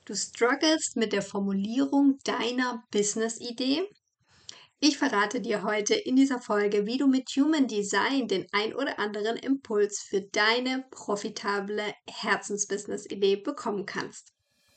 Du strugglest mit der Formulierung deiner Business-Idee? Ich verrate dir heute in dieser Folge, wie du mit Human Design den ein oder anderen Impuls für deine profitable Herzensbusiness-Idee bekommen kannst.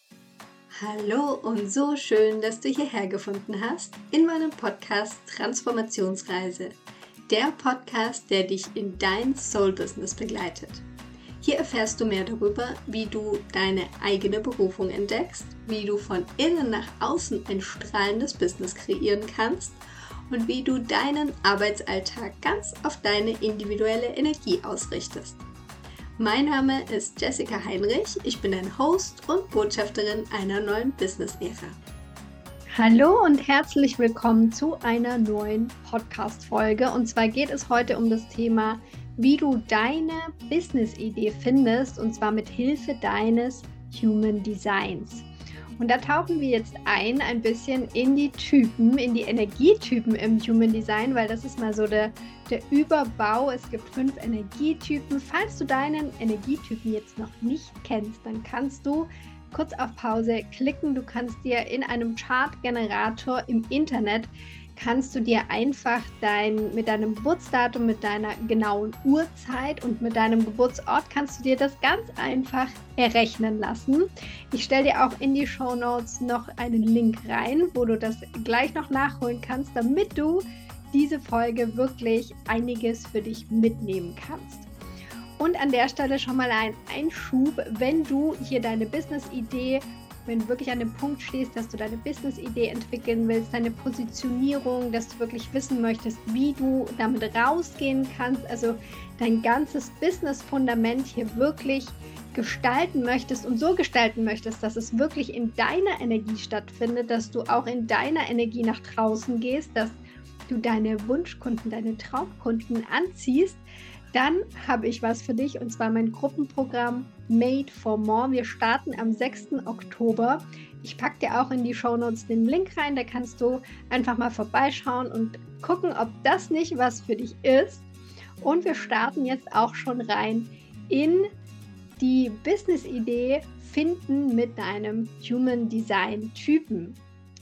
Hallo und so schön, dass du hierher gefunden hast in meinem Podcast Transformationsreise. Der Podcast, der dich in dein Soul-Business begleitet. Hier erfährst du mehr darüber, wie du deine eigene Berufung entdeckst, wie du von innen nach außen ein strahlendes Business kreieren kannst und wie du deinen Arbeitsalltag ganz auf deine individuelle Energie ausrichtest. Mein Name ist Jessica Heinrich, ich bin dein Host und Botschafterin einer neuen Business-Ära. Hallo und herzlich willkommen zu einer neuen Podcast-Folge. Und zwar geht es heute um das Thema, wie du deine Business-Idee findest, und zwar mit Hilfe deines Human Designs. Und da tauchen wir jetzt ein bisschen in die Typen, in die Energietypen im Human Design, weil das ist mal so der Überbau. Es gibt 5 Energietypen. Falls du deinen Energietypen jetzt noch nicht kennst, dann kannst du kurz auf Pause klicken. Du kannst dir in einem Chartgenerator im Internet kannst du dir einfach mit deinem Geburtsdatum, mit deiner genauen Uhrzeit und mit deinem Geburtsort kannst du dir das ganz einfach errechnen lassen. Ich stelle dir auch in die Shownotes noch einen Link rein, wo du das gleich noch nachholen kannst, damit du diese Folge wirklich einiges für dich mitnehmen kannst. Und an der Stelle schon mal ein Einschub, wenn du hier deine Business-Idee, wenn du wirklich an dem Punkt stehst, dass du deine Business-Idee entwickeln willst, deine Positionierung, dass du wirklich wissen möchtest, wie du damit rausgehen kannst, also dein ganzes Business-Fundament hier wirklich gestalten möchtest und so gestalten möchtest, dass es wirklich in deiner Energie stattfindet, dass du auch in deiner Energie nach draußen gehst, dass du deine Wunschkunden, deine Traumkunden anziehst, dann habe ich was für dich, und zwar mein Gruppenprogramm Made for More. Wir starten am 6. Oktober. Ich packe dir auch in die Shownotes den Link rein, da kannst du einfach mal vorbeischauen und gucken, ob das nicht was für dich ist. Und wir starten jetzt auch schon rein in die Business-Idee finden mit deinem Human Design Typen.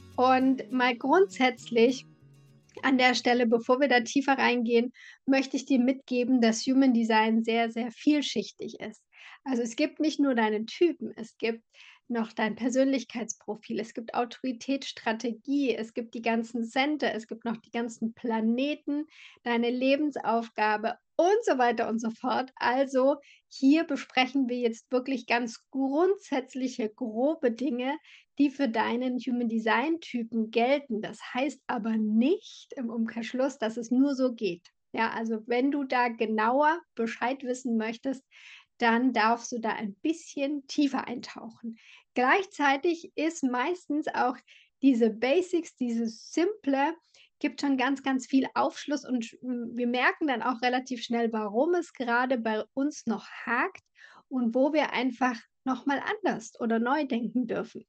Und mal grundsätzlich an der Stelle, bevor wir da tiefer reingehen, möchte ich dir mitgeben, dass Human Design sehr, sehr vielschichtig ist. Also es gibt nicht nur deinen Typen, es gibt noch dein Persönlichkeitsprofil, es gibt Autorität, Strategie, es gibt die ganzen Center, es gibt noch die ganzen Planeten, deine Lebensaufgabe und so weiter und so fort. Also hier besprechen wir jetzt wirklich ganz grundsätzliche, grobe Dinge, die für deinen Human Design Typen gelten. Das heißt aber nicht im Umkehrschluss, dass es nur so geht. Ja, also wenn du da genauer Bescheid wissen möchtest, dann darfst du da ein bisschen tiefer eintauchen. Gleichzeitig ist meistens auch diese Basics, dieses Simple, gibt schon ganz, ganz viel Aufschluss und wir merken dann auch relativ schnell, warum es gerade bei uns noch hakt und wo wir einfach nochmal anders oder neu denken dürfen.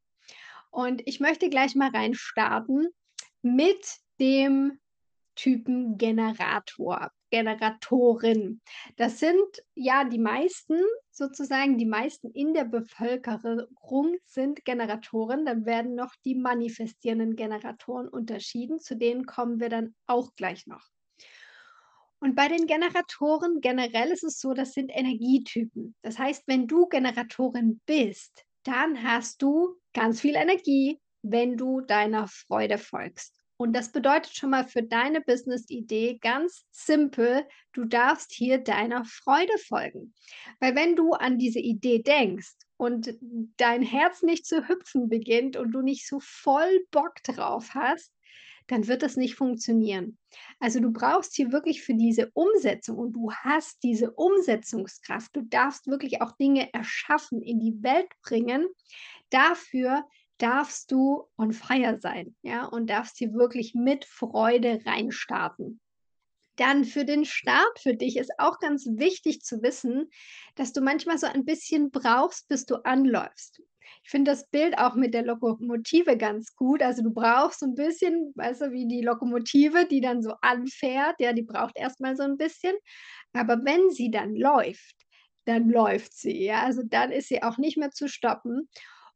Und ich möchte gleich mal rein starten mit dem Typen Generator, Generatorin. Das sind ja die meisten, sozusagen die meisten in der Bevölkerung sind Generatoren. Dann werden noch die manifestierenden Generatoren unterschieden. Zu denen kommen wir dann auch gleich noch. Und bei den Generatoren generell ist es so, das sind Energietypen. Das heißt, wenn du Generatorin bist, dann hast du ganz viel Energie, wenn du deiner Freude folgst. Und das bedeutet schon mal für deine Business-Idee ganz simpel, du darfst hier deiner Freude folgen. Weil wenn du an diese Idee denkst und dein Herz nicht zu hüpfen beginnt und du nicht so voll Bock drauf hast, dann wird das nicht funktionieren. Also du brauchst hier wirklich für diese Umsetzung und du hast diese Umsetzungskraft. Du darfst wirklich auch Dinge erschaffen, in die Welt bringen. Dafür darfst du on fire sein, ja, und darfst hier wirklich mit Freude reinstarten. Dann für den Start für dich ist auch ganz wichtig zu wissen, dass du manchmal so ein bisschen brauchst, bis du anläufst. Ich finde das Bild auch mit der Lokomotive ganz gut. Also du brauchst so ein bisschen, weißt du, wie die Lokomotive, die dann so anfährt, ja, die braucht erst mal so ein bisschen. Aber wenn sie dann läuft sie, ja. Also dann ist sie auch nicht mehr zu stoppen.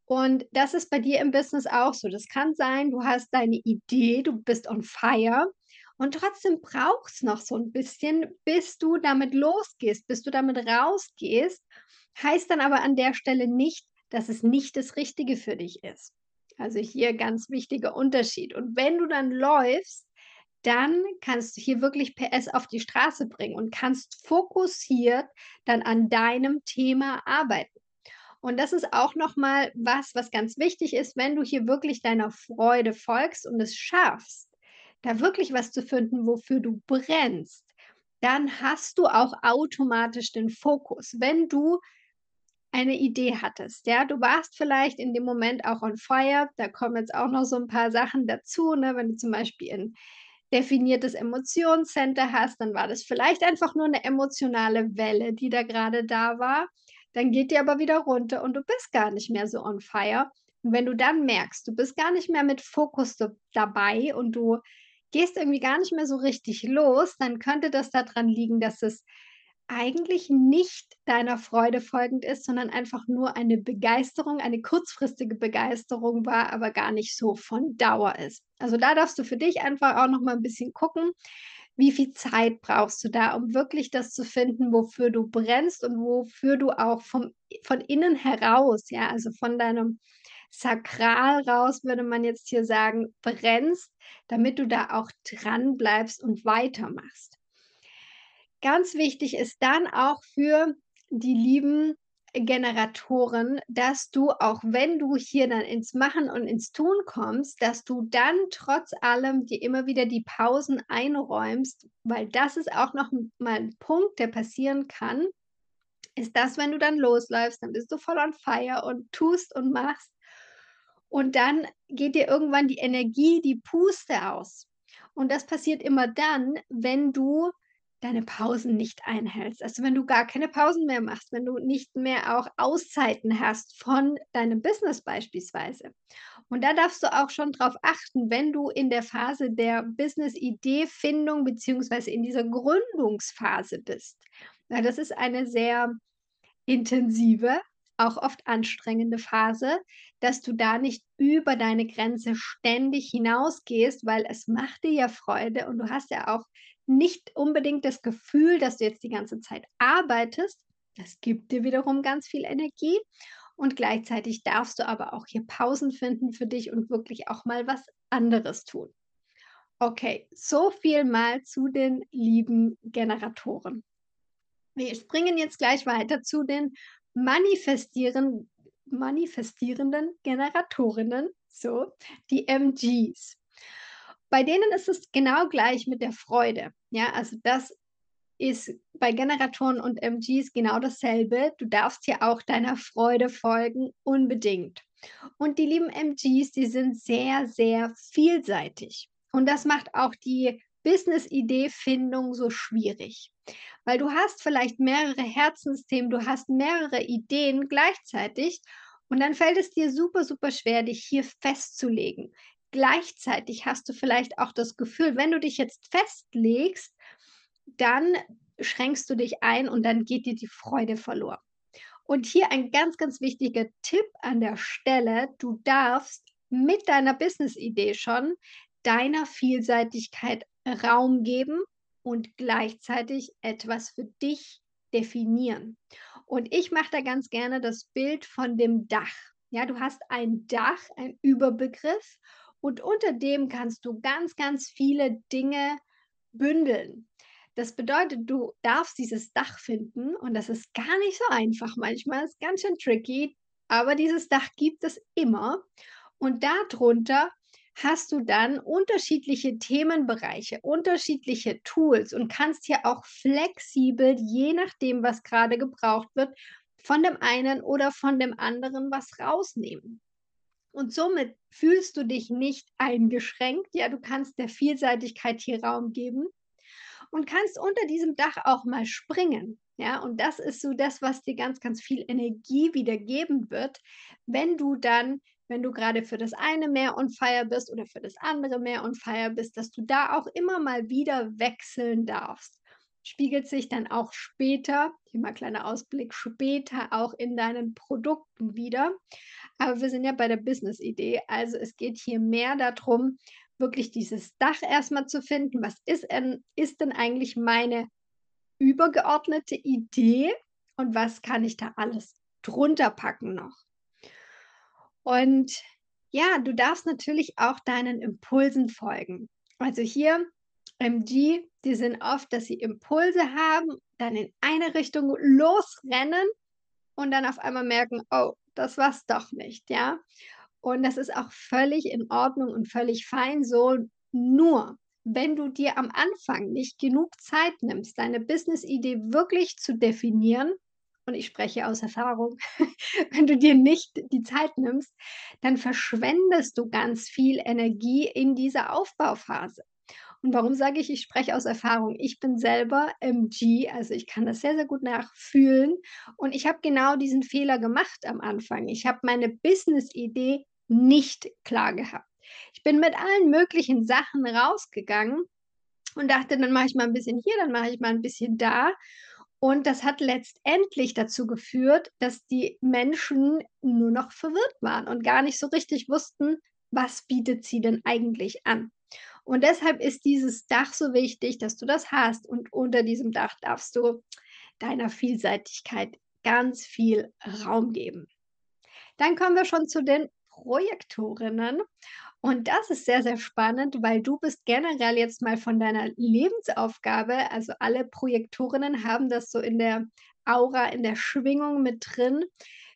Und das ist bei dir im Business auch so. Das kann sein, du hast deine Idee, du bist on fire und trotzdem braucht's noch so ein bisschen, bis du damit losgehst, bis du damit rausgehst. Heißt dann aber an der Stelle nicht, dass es nicht das Richtige für dich ist. Also hier ganz wichtiger Unterschied. Und wenn du dann läufst, dann kannst du hier wirklich PS auf die Straße bringen und kannst fokussiert dann an deinem Thema arbeiten. Und das ist auch noch mal was, was ganz wichtig ist, wenn du hier wirklich deiner Freude folgst und es schaffst, da wirklich was zu finden, wofür du brennst, dann hast du auch automatisch den Fokus. Wenn du eine Idee hattest, ja, du warst vielleicht in dem Moment auch on fire, da kommen jetzt auch noch so ein paar Sachen dazu, ne? Wenn du zum Beispiel ein definiertes Emotionscenter hast, dann war das vielleicht einfach nur eine emotionale Welle, die da gerade da war. Dann geht die aber wieder runter und du bist gar nicht mehr so on fire. Und wenn du dann merkst, du bist gar nicht mehr mit Fokus dabei und du gehst irgendwie gar nicht mehr so richtig los, dann könnte das daran liegen, dass es eigentlich nicht deiner Freude folgend ist, sondern einfach nur eine Begeisterung, eine kurzfristige Begeisterung war, aber gar nicht so von Dauer ist. Also, da darfst du für dich einfach auch noch mal 'n bisschen gucken, wie viel Zeit brauchst du da, um wirklich das zu finden, wofür du brennst und wofür du auch von innen heraus, ja, also von deinem Sakral raus, würde man jetzt hier sagen, brennst, damit du da auch dran bleibst und weitermachst. Ganz wichtig ist dann auch für die lieben Generatoren, dass du, auch wenn du hier dann ins Machen und ins Tun kommst, dass du dann trotz allem dir immer wieder die Pausen einräumst, weil das ist auch noch mal 'n Punkt, der passieren kann, ist das, wenn du dann losläufst, dann bist du voll on fire und tust und machst und dann geht dir irgendwann die Energie, die Puste aus. Und das passiert immer dann, wenn du deine Pausen nicht einhältst. Also, wenn du gar keine Pausen mehr machst, wenn du nicht mehr auch Auszeiten hast von deinem Business beispielsweise. Und da darfst du auch schon drauf achten, wenn du in der Phase der Business-Idee-Findung beziehungsweise in dieser Gründungsphase bist. Weil das ist eine sehr intensive, auch oft anstrengende Phase, dass du da nicht über deine Grenze ständig hinausgehst, weil es macht dir ja Freude und du hast ja auch nicht unbedingt das Gefühl, dass du jetzt die ganze Zeit arbeitest. Das gibt dir wiederum ganz viel Energie und gleichzeitig darfst du aber auch hier Pausen finden für dich und wirklich auch mal was anderes tun. Okay, so viel mal zu den lieben Generatoren. Wir springen jetzt gleich weiter zu den manifestierenden Generatorinnen, so, die MGs. Bei denen ist es genau gleich mit der Freude. Ja, also das ist bei Generatoren und MGs genau dasselbe. Du darfst hier auch deiner Freude folgen, unbedingt. Und die lieben MGs, die sind sehr, sehr vielseitig. Und das macht auch die Business-Idee-Findung so schwierig. Weil du hast vielleicht mehrere Herzensthemen, du hast mehrere Ideen gleichzeitig und dann fällt es dir super, super schwer, dich hier festzulegen. Gleichzeitig hast du vielleicht auch das Gefühl, wenn du dich jetzt festlegst, dann schränkst du dich ein und dann geht dir die Freude verloren. Und hier ein ganz, ganz wichtiger Tipp an der Stelle: Du darfst mit deiner Business-Idee schon deiner Vielseitigkeit Raum geben und gleichzeitig etwas für dich definieren. Und ich mache da ganz gerne das Bild von dem Dach. Ja, du hast ein Dach, ein Überbegriff und unter dem kannst du ganz, ganz viele Dinge bündeln. Das bedeutet, du darfst dieses Dach finden und das ist gar nicht so einfach manchmal, ist ganz schön tricky, aber dieses Dach gibt es immer und darunter hast du dann unterschiedliche Themenbereiche, unterschiedliche Tools und kannst hier auch flexibel, je nachdem, was gerade gebraucht wird, von dem einen oder von dem anderen was rausnehmen. Und somit fühlst du dich nicht eingeschränkt. Ja, du kannst der Vielseitigkeit hier Raum geben und kannst unter diesem Dach auch mal springen. Ja, und das ist so das, was dir ganz, ganz viel Energie wieder geben wird, wenn du gerade für das eine mehr on fire bist oder für das andere mehr on fire bist, dass du da auch immer mal wieder wechseln darfst. spiegelt sich dann auch später, hier mal kleiner Ausblick, später auch in deinen Produkten wieder. Aber wir sind ja bei der Business-Idee. Also es geht hier mehr darum, wirklich dieses Dach erstmal zu finden. Was ist denn eigentlich meine übergeordnete Idee und was kann ich da alles drunter packen noch? Und ja, du darfst natürlich auch deinen Impulsen folgen. Also hier MG, die sind oft, dass sie Impulse haben, dann in eine Richtung losrennen und dann auf einmal merken: „Oh, das war's doch nicht“, ja? Und das ist auch völlig in Ordnung und völlig fein so. Nur, wenn du dir am Anfang nicht genug Zeit nimmst, deine Businessidee wirklich zu definieren, und ich spreche aus Erfahrung, wenn du dir nicht die Zeit nimmst, dann verschwendest du ganz viel Energie in dieser Aufbauphase. Und warum sage ich, ich spreche aus Erfahrung? Ich bin selber MG, also ich kann das sehr, sehr gut nachfühlen. Und ich habe genau diesen Fehler gemacht am Anfang. Ich habe meine Business-Idee nicht klar gehabt. Ich bin mit allen möglichen Sachen rausgegangen und dachte, dann mache ich mal ein bisschen hier, dann mache ich mal ein bisschen da. Und das hat letztendlich dazu geführt, dass die Menschen nur noch verwirrt waren und gar nicht so richtig wussten, was bietet sie denn eigentlich an. Und deshalb ist dieses Dach so wichtig, dass du das hast und unter diesem Dach darfst du deiner Vielseitigkeit ganz viel Raum geben. Dann kommen wir schon zu den Projektorinnen und das ist sehr, sehr spannend, weil du bist generell jetzt mal von deiner Lebensaufgabe, also alle Projektorinnen haben das so in der Aura, in der Schwingung mit drin.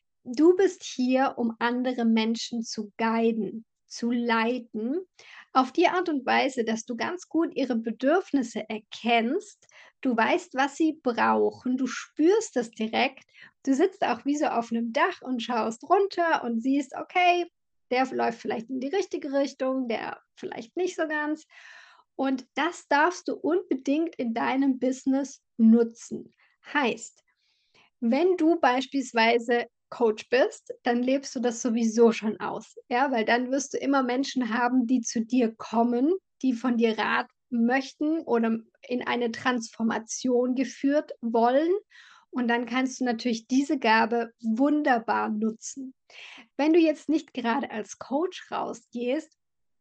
Du bist hier, um andere Menschen zu guiden, zu leiten, auf die Art und Weise, dass du ganz gut ihre Bedürfnisse erkennst. Du weißt, was sie brauchen, du spürst das direkt. Du sitzt auch wie so auf einem Dach und schaust runter und siehst, okay, der läuft vielleicht in die richtige Richtung, der vielleicht nicht so ganz. Und das darfst du unbedingt in deinem Business nutzen. Heißt, wenn du beispielsweise Coach bist, dann lebst du das sowieso schon aus, ja, weil dann wirst du immer Menschen haben, die zu dir kommen, die von dir Rat möchten oder in eine Transformation geführt wollen. Und dann kannst du natürlich diese Gabe wunderbar nutzen. Wenn du jetzt nicht gerade als Coach rausgehst,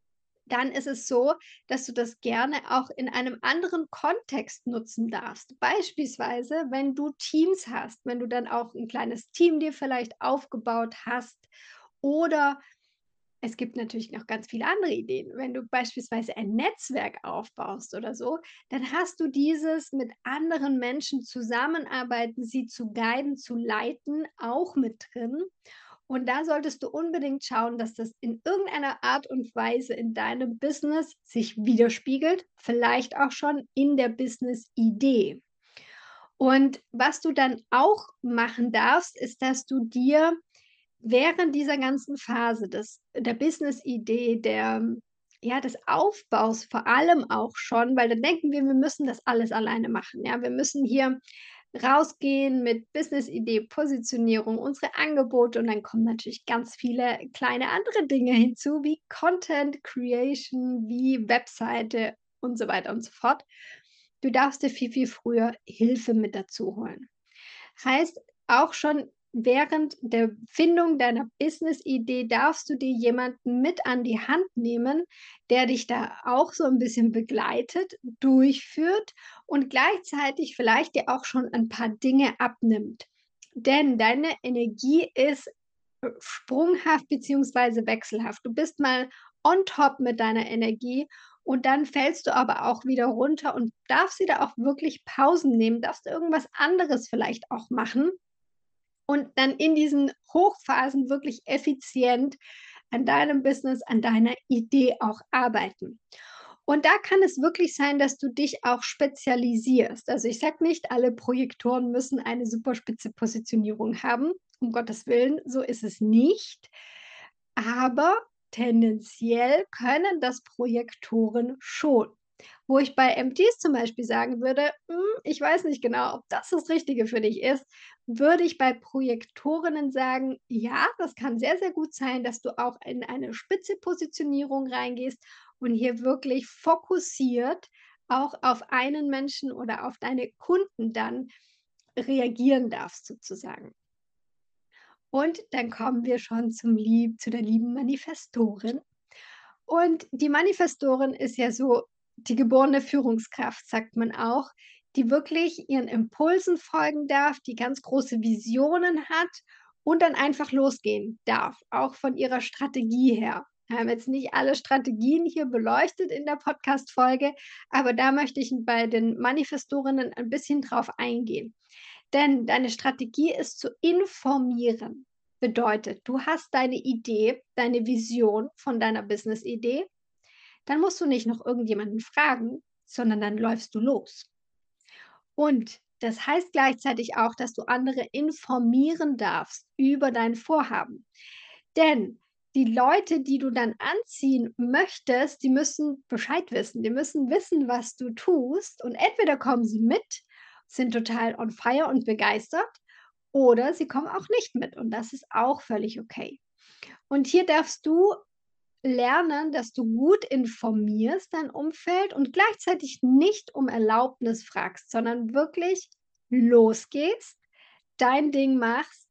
dann ist es so, dass du das gerne auch in einem anderen Kontext nutzen darfst. Beispielsweise, wenn du Teams hast, wenn du dann auch ein kleines Team dir vielleicht aufgebaut hast oder es gibt natürlich noch ganz viele andere Ideen. Wenn du beispielsweise ein Netzwerk aufbaust oder so, dann hast du dieses mit anderen Menschen zusammenarbeiten, sie zu guiden, zu leiten, auch mit drin. Und da solltest du unbedingt schauen, dass das in irgendeiner Art und Weise in deinem Business sich widerspiegelt, vielleicht auch schon in der Business-Idee. Und was du dann auch machen darfst, ist, dass du dir während dieser ganzen Phase der Business-Idee, des Aufbaus vor allem auch schon, weil dann denken wir, wir müssen das alles alleine machen. Ja, wir müssen hier rausgehen mit Business-Idee, Positionierung, unsere Angebote und dann kommen natürlich ganz viele kleine andere Dinge hinzu, wie Content Creation, wie Webseite und so weiter und so fort. Du darfst dir viel, viel früher Hilfe mit dazu holen. Heißt, auch schon während der Findung deiner Business-Idee darfst du dir jemanden mit an die Hand nehmen, der dich da auch so ein bisschen begleitet, durchführt und gleichzeitig vielleicht dir auch schon ein paar Dinge abnimmt. Denn deine Energie ist, sprunghaft beziehungsweise wechselhaft. Du bist mal on top mit deiner Energie und dann fällst du aber auch wieder runter und darfst dir da auch wirklich Pausen nehmen, darfst irgendwas anderes vielleicht auch machen und dann in diesen Hochphasen wirklich effizient an deinem Business, an deiner Idee auch arbeiten. Und da kann es wirklich sein, dass du dich auch spezialisierst. Also ich sage nicht, alle Projektoren müssen eine super spitze Positionierung haben. Um Gottes Willen, so ist es nicht. Aber tendenziell können das Projektoren schon. Wo ich bei MGs zum Beispiel sagen würde, ich weiß nicht genau, ob das Richtige für dich ist, würde ich bei Projektorinnen sagen, ja, das kann sehr, sehr gut sein, dass du auch in eine spitze Positionierung reingehst und hier wirklich fokussiert auch auf einen Menschen oder auf deine Kunden dann reagieren darfst sozusagen. Und dann kommen wir schon zu der lieben Manifestorin. Und die Manifestorin ist ja so die geborene Führungskraft, sagt man auch, die wirklich ihren Impulsen folgen darf, die ganz große Visionen hat und dann einfach losgehen darf, auch von ihrer Strategie her. Wir haben jetzt nicht alle Strategien hier beleuchtet in der Podcast-Folge, aber da möchte ich bei den Manifestorinnen ein bisschen drauf eingehen. Denn deine Strategie ist zu informieren. Bedeutet, du hast deine Idee, deine Vision von deiner Business-Idee, dann musst du nicht noch irgendjemanden fragen, sondern dann läufst du los. Und das heißt gleichzeitig auch, dass du andere informieren darfst über dein Vorhaben. Denn die Leute, die du dann anziehen möchtest, die müssen Bescheid wissen. Die müssen wissen, was du tust. Und entweder kommen sie mit, sind total on fire und begeistert, oder sie kommen auch nicht mit. Und das ist auch völlig okay. Und hier darfst du lernen, dass du gut informierst dein Umfeld und gleichzeitig nicht um Erlaubnis fragst, sondern wirklich losgehst, dein Ding machst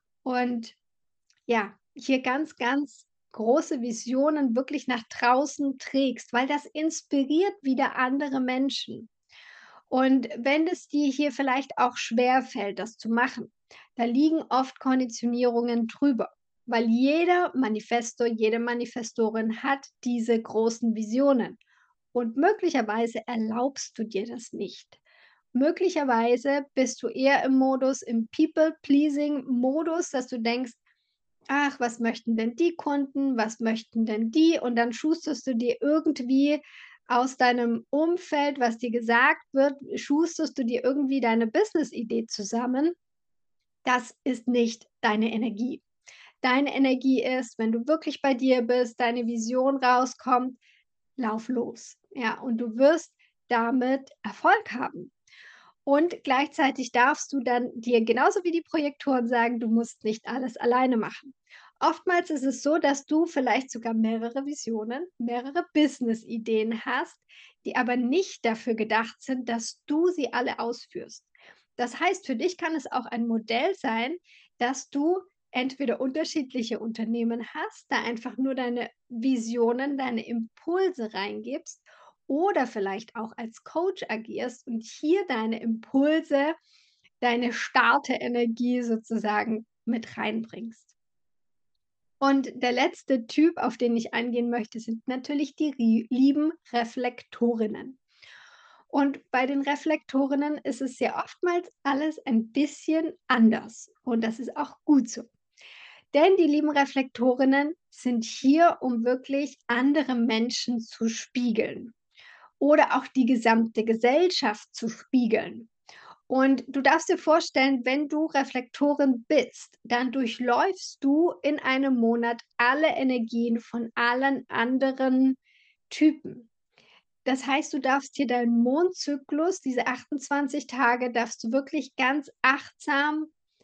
und ja, hier ganz, ganz große Visionen wirklich nach draußen trägst, weil das inspiriert wieder andere Menschen. Und wenn es dir hier vielleicht auch schwer fällt, das zu machen, da liegen oft Konditionierungen drüber, weil jeder Manifestor, jede Manifestorin hat diese großen Visionen. Und möglicherweise erlaubst du dir das nicht. Möglicherweise bist du eher im People-Pleasing-Modus, dass du denkst, ach, was möchten denn die Kunden? Was möchten denn die? Und dann schusterst du dir irgendwie aus deinem Umfeld, was dir gesagt wird, schusterst du dir irgendwie deine Business-Idee zusammen. Das ist nicht deine Energie. Deine Energie ist, wenn du wirklich bei dir bist, deine Vision rauskommt, lauf los. Ja, und du wirst damit Erfolg haben. Und gleichzeitig darfst du dann dir genauso wie die Projektoren sagen, du musst nicht alles alleine machen. Oftmals ist es so, dass du vielleicht sogar mehrere Visionen, mehrere Business-Ideen hast, die aber nicht dafür gedacht sind, dass du sie alle ausführst. Das heißt, für dich kann es auch ein Modell sein, dass du entweder unterschiedliche Unternehmen hast, da einfach nur deine Visionen, deine Impulse reingibst oder vielleicht auch als Coach agierst und hier deine Impulse, deine Starterenergie sozusagen mit reinbringst. Und der letzte Typ, auf den ich eingehen möchte, sind natürlich die lieben Reflektorinnen. Und bei den Reflektorinnen ist es ja oftmals alles ein bisschen anders. Und das ist auch gut so. Denn die lieben Reflektorinnen sind hier, um wirklich andere Menschen zu spiegeln oder auch die gesamte Gesellschaft zu spiegeln. Und du darfst dir vorstellen, wenn du Reflektorin bist, dann durchläufst du in einem Monat alle Energien von allen anderen Typen. Das heißt, du darfst hier deinen Mondzyklus, diese 28 Tage, darfst du wirklich ganz achtsam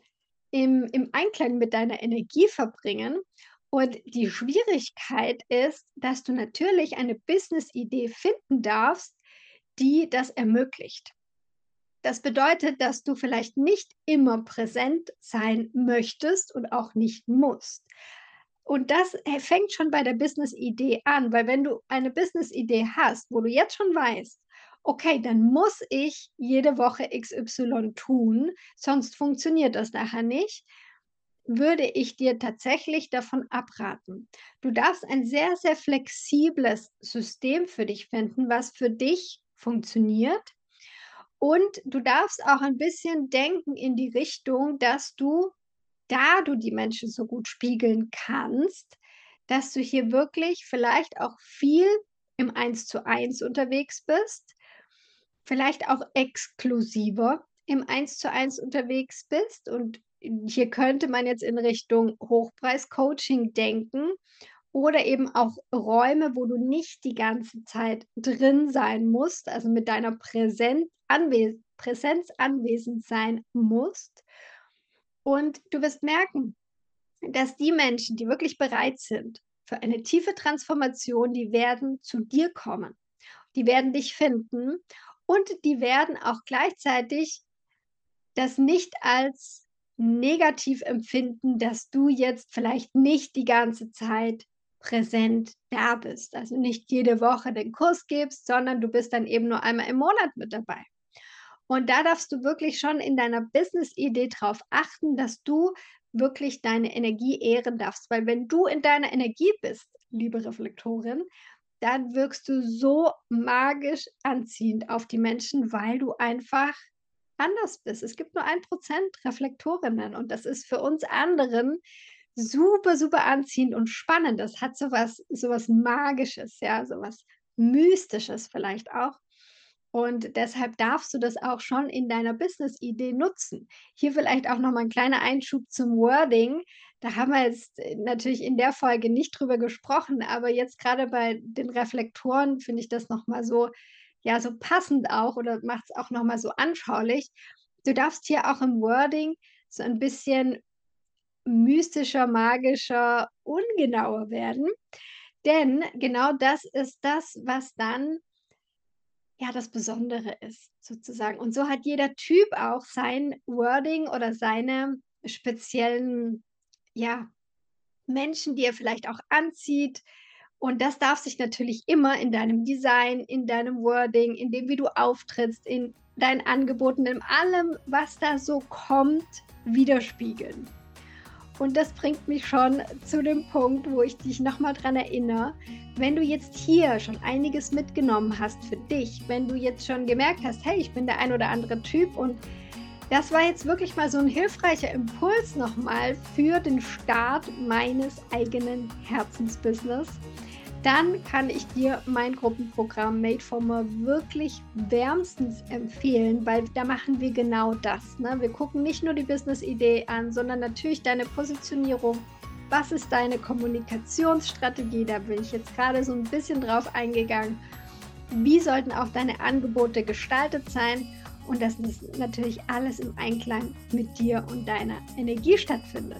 im Einklang mit deiner Energie verbringen. Und die Schwierigkeit ist, dass du natürlich eine Business-Idee finden darfst, die das ermöglicht. Das bedeutet, dass du vielleicht nicht immer präsent sein möchtest und auch nicht musst. Und das fängt schon bei der Business-Idee an, weil wenn du eine Business-Idee hast, wo du jetzt schon weißt, okay, dann muss ich jede Woche XY tun, sonst funktioniert das nachher nicht, würde ich dir tatsächlich davon abraten. Du darfst ein sehr, sehr flexibles System für dich finden, was für dich funktioniert, und du darfst auch ein bisschen denken in die Richtung, dass du, da du die Menschen so gut spiegeln kannst, dass du hier wirklich vielleicht auch viel im Eins-zu-eins unterwegs bist, vielleicht auch exklusiver im Eins-zu-eins unterwegs bist. Und hier könnte man jetzt in Richtung Hochpreis-Coaching denken oder eben auch Räume, wo du nicht die ganze Zeit drin sein musst, also mit deiner Präsenz anwesend sein musst. Und du wirst merken, dass die Menschen, die wirklich bereit sind für eine tiefe Transformation, die werden zu dir kommen. die werden dich finden und die werden auch gleichzeitig das nicht als negativ empfinden, dass du jetzt vielleicht nicht die ganze Zeit präsent da bist. Also nicht jede Woche den Kurs gibst, sondern du bist dann eben nur einmal im Monat mit dabei. Und da darfst du wirklich schon in deiner Business-Idee drauf achten, dass du wirklich deine Energie ehren darfst. Weil wenn du in deiner Energie bist, liebe Reflektorin, dann wirkst du so magisch anziehend auf die Menschen, weil du einfach anders bist. Es gibt nur 1% Reflektorinnen und das ist für uns anderen super, super anziehend und spannend. Das hat so was Magisches, ja, so was Mystisches vielleicht auch. Und deshalb darfst du das auch schon in deiner Business-Idee nutzen. Hier vielleicht auch noch mal 'n kleiner Einschub zum Wording. Da haben wir jetzt, natürlich in der Folge nicht drüber gesprochen, aber jetzt grade bei den Reflektoren finde ich das noch mal so ja, so passend auch oder macht's auch noch mal so anschaulich. Du darfst hier auch im Wording so ein bisschen mystischer, magischer, ungenauer werden, denn genau das ist das, was dann ja, das Besondere ist sozusagen. Und so hat jeder Typ auch sein Wording oder seine speziellen, ja, Menschen, die er vielleicht auch anzieht. Und das darf sich natürlich immer in deinem Design, in deinem Wording, in dem, wie du auftrittst, in deinen Angeboten, in allem, was da so kommt, widerspiegeln. Und das bringt mich schon zu dem Punkt, wo ich dich noch mal dran erinnere, wenn du jetzt hier schon einiges mitgenommen hast für dich, wenn du jetzt schon gemerkt hast: „Hey, ich bin der ein oder andere Typ“ und das war jetzt wirklich mal so ein hilfreicher Impuls noch mal für den Start meines eigenen Herzensbusiness. Dann kann ich dir mein Gruppenprogramm Made for More wirklich wärmstens empfehlen, weil da machen wir genau das, ne? Wir gucken nicht nur die Business-Idee an, sondern natürlich deine Positionierung. Was ist deine Kommunikationsstrategie? Da bin ich jetzt gerade so ein bisschen drauf eingegangen. Wie sollten auch deine Angebote gestaltet sein? Und dass das natürlich alles im Einklang mit dir und deiner Energie stattfindet.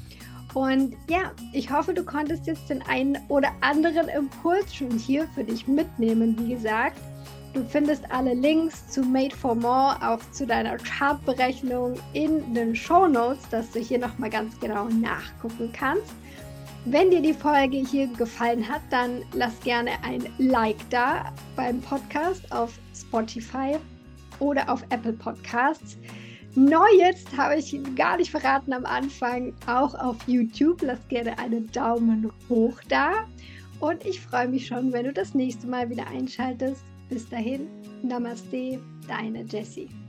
Und ja, ich hoffe, du konntest jetzt den einen oder anderen Impuls schon hier für dich mitnehmen. Wie gesagt, du findest alle Links zu Made for More, auch zu deiner Chartberechnung in den Shownotes, dass du hier nochmal ganz genau nachgucken kannst. Wenn dir die Folge hier gefallen hat, dann lass gerne ein Like da beim Podcast auf Spotify oder auf Apple Podcasts. Neu jetzt, habe ich gar nicht verraten am Anfang, auch auf YouTube. Lass gerne einen Daumen hoch da. Und ich freue mich schon, wenn du das nächste Mal wieder einschaltest. Bis dahin, Namaste, deine Jessie.